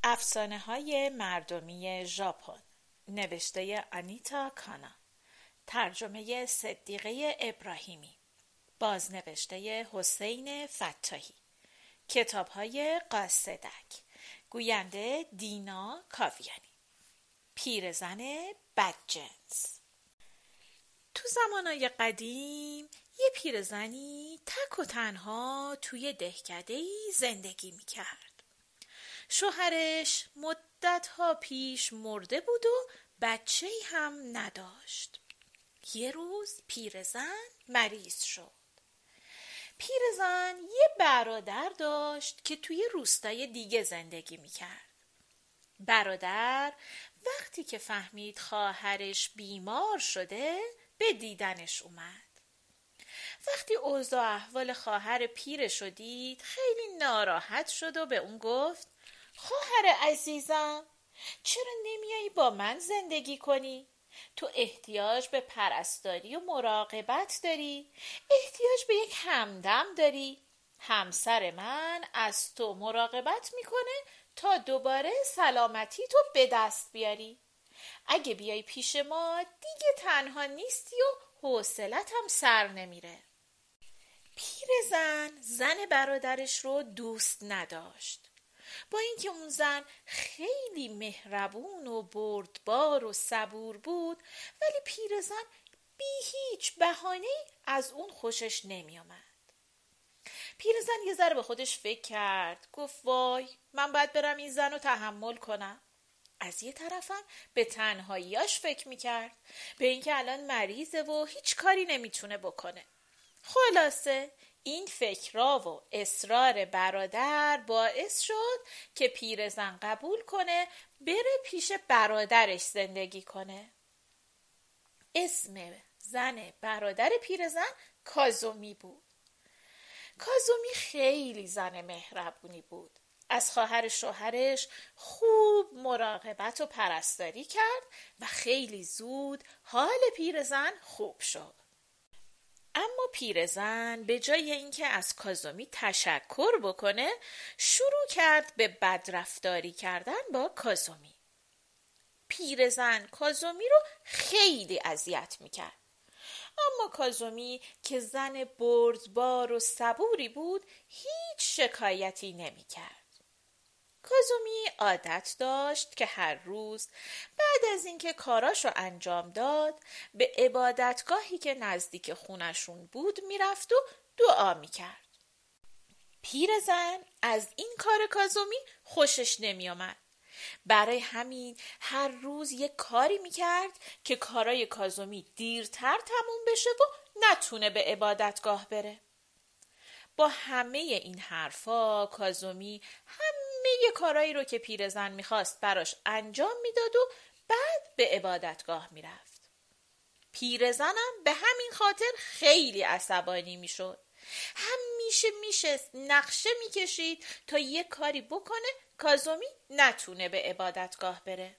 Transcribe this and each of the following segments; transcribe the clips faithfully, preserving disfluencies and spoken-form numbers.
افسانه‌های مردمی ژاپن، نوشته آنیتا کانا، ترجمه صدیقه ابراهیمی، بازنوشته حسین فتاحی، کتاب‌های قاصدک، گوینده دینا کاویانی. پیرزن بدجنس. تو زمانای قدیم یه پیرزنی تک و تنها توی دهکده‌ای زندگی میکرد. شوهرش مدتها پیش مرده بود و بچه‌ای هم نداشت. یه روز پیرزن مریض شد. پیرزن یه برادر داشت که توی روستای دیگه زندگی میکرد. برادر وقتی که فهمید خواهرش بیمار شده به دیدنش اومد. وقتی اوضاع احوال خواهر پیرش رو دید خیلی ناراحت شد و به اون گفت: خواهر عزیزم، چرا نمیایی با من زندگی کنی؟ تو احتیاج به پرستاری و مراقبت داری، احتیاج به یک همدم داری. همسر من از تو مراقبت میکنه تا دوباره سلامتی تو به دست بیاری. اگه بیای پیش ما دیگه تنها نیستی و حوصلت هم سر نمیره. پیرزن زن برادرش رو دوست نداشت. با اینکه اون زن خیلی مهربون و بردبار و صبور بود، ولی پیرزن بی هیچ بهانه‌ای از اون خوشش نمی آمد. پیرزن یه ذره به خودش فکر کرد. گفت: وای، من باید برم این زن رو تحمل کنم. از یه طرفم به تنهاییاش فکر میکرد، به اینکه الان مریضه و هیچ کاری نمیتونه بکنه. خلاصه این فکرها و اصرار برادر باعث شد که پیرزن قبول کنه بره پیش برادرش زندگی کنه. اسم زن برادر پیرزن کازومی بود. کازومی خیلی زن مهربونی بود. از خواهر شوهرش خوب مراقبت و پرستاری کرد و خیلی زود حال پیرزن خوب شد. اما پیرزن به جای اینکه از کازومی تشکر بکنه شروع کرد به بدرفتاری کردن با کازومی. پیرزن کازومی رو خیلی اذیت میکرد. اما کازومی که زن بردبار و صبوری بود هیچ شکایتی نمیکرد. کازومی عادت داشت که هر روز بعد از اینکه کاراشو انجام داد به عبادتگاهی که نزدیک خونشون بود میرفت و دعا میکرد. پیرزن از این کار کازومی خوشش نمیامد. برای همین هر روز یک کاری میکرد که کارای کازومی دیرتر تموم بشه و نتونه به عبادتگاه بره. با همه این حرفا کازومی همه کارایی رو که پیرزن میخواست براش انجام میداد و بعد به عبادتگاه میرفت. پیرزنم به همین خاطر خیلی عصبانی میشد. همیشه میشست نقشه میکشید تا یه کاری بکنه کازومی نتونه به عبادتگاه بره.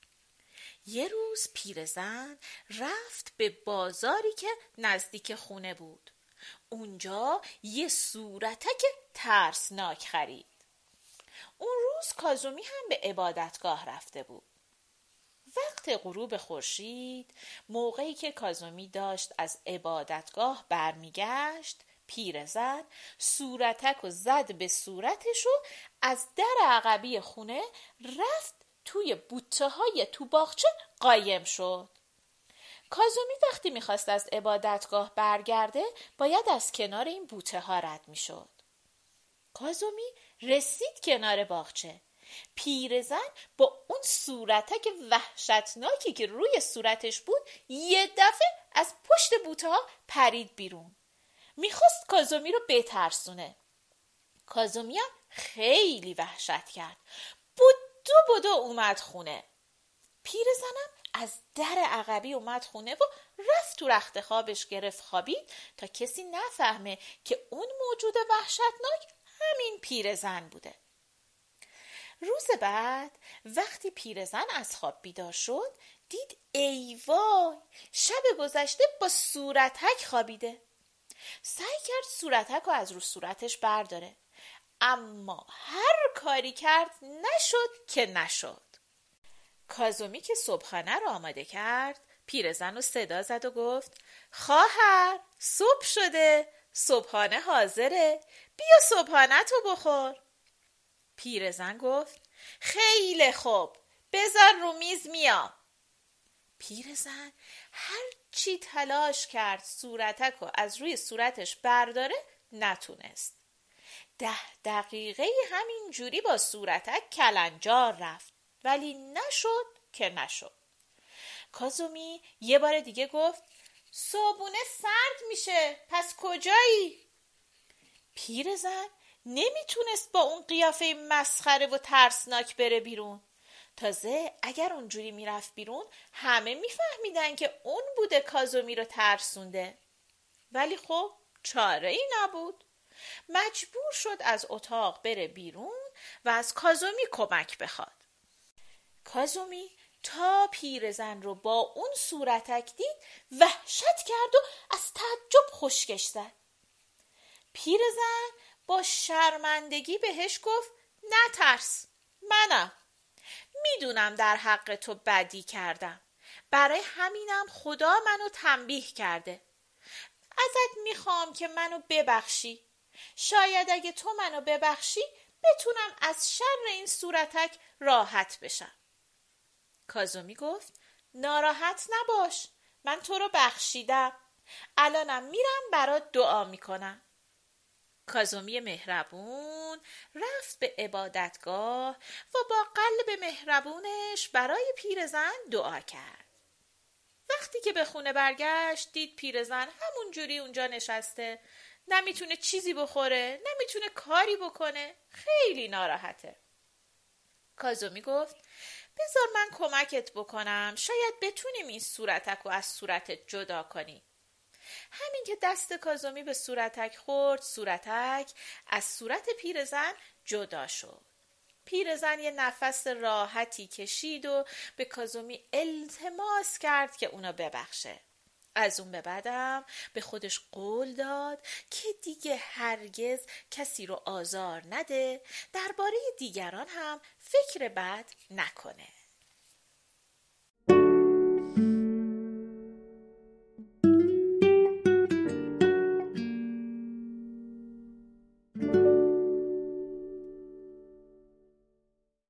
یه روز پیرزن رفت به بازاری که نزدیک خونه بود. اونجا یه صورتک ترسناک خرید. اون روز کازومی هم به عبادتگاه رفته بود. وقت غروب خورشید، موقعی که کازومی داشت از عبادتگاه برمیگشت، پیرزن صورتک و زد به صورتش و از در عقبی خونه رفت توی بوته های تو باغچه قایم شد. کازومی وقتی میخواست از عبادتگاه برگرده باید از کنار این بوته ها رد میشد. کازومی رسید کنار باغچه. پیرزن با اون صورتک وحشتناکی که روی صورتش بود یه دفعه از پشت بوته ها پرید بیرون. میخواست کازومی رو بترسونه. کازومی هم خیلی وحشت کرد. بدو بدو اومد خونه. پیرزنم از در عقبی اومد خونه و رفت تو رخت خوابش گرفت خوابید تا کسی نفهمه که اون موجود وحشتناک همین پیرزن بوده. روز بعد وقتی پیرزن از خواب بیدار شد دید ای وای، شب گذشته با صورتک خوابیده. سعی کرد صورتک رو از رو صورتش برداره، اما هر کاری کرد نشد که نشد. کازومی که صبحانه رو آماده کرد، پیرزن رو صدا زد و گفت خواهر صبح شده، صبحانه حاضره، بیا صبحانه تو بخور. پیرزن گفت خیلی خوب، بذار رو میز میام. پیرزن هر چی تلاش کرد صورتک رو از روی صورتش برداره نتونست. ده دقیقه همین جوری با صورتک کلنجار رفت ولی نشد که نشد. کازومی یه بار دیگه گفت صبحونه سرد میشه، پس کجایی؟ پیرزن نمیتونست با اون قیافه مسخره و ترسناک بره بیرون. تازه اگر اونجوری میرفت بیرون همه میفهمیدن که اون بوده کازومی رو ترسونده. ولی خب چاره ای نبود. مجبور شد از اتاق بره بیرون و از کازومی کمک بخواد. کازومی تا پیرزن رو با اون صورتک دید وحشت کرد و از تعجب خشکش زد. پیرزن با شرمندگی بهش گفت نترس، منم. میدونم در حق تو بدی کردم، برای همینم خدا منو تنبیه کرده. ازت میخوام که منو ببخشی. شاید اگه تو منو ببخشی بتونم از شر این صورتک راحت بشم. کازومی گفت ناراحت نباش، من تو رو بخشیدم. الانم میرم برات دعا میکنم. کازومی مهربون رفت به عبادتگاه و با قلب مهربونش برای پیرزن دعا کرد. وقتی که به خونه برگشت دید پیرزن همون جوری اونجا نشسته، نمیتونه چیزی بخوره، نمیتونه کاری بکنه، خیلی ناراحته. کازومی گفت بذار من کمکت بکنم، شاید بتونیم این صورتک رو از صورتت جدا کنی. همین که دست کازومی به صورتک خورد، صورتک از صورت پیرزن جدا شد. پیرزن یه نفس راحتی کشید و به کازومی التماس کرد که اونو ببخشه. از اون به بعدم به خودش قول داد که دیگه هرگز کسی رو آزار نده، درباره دیگران هم فکر بد نکنه.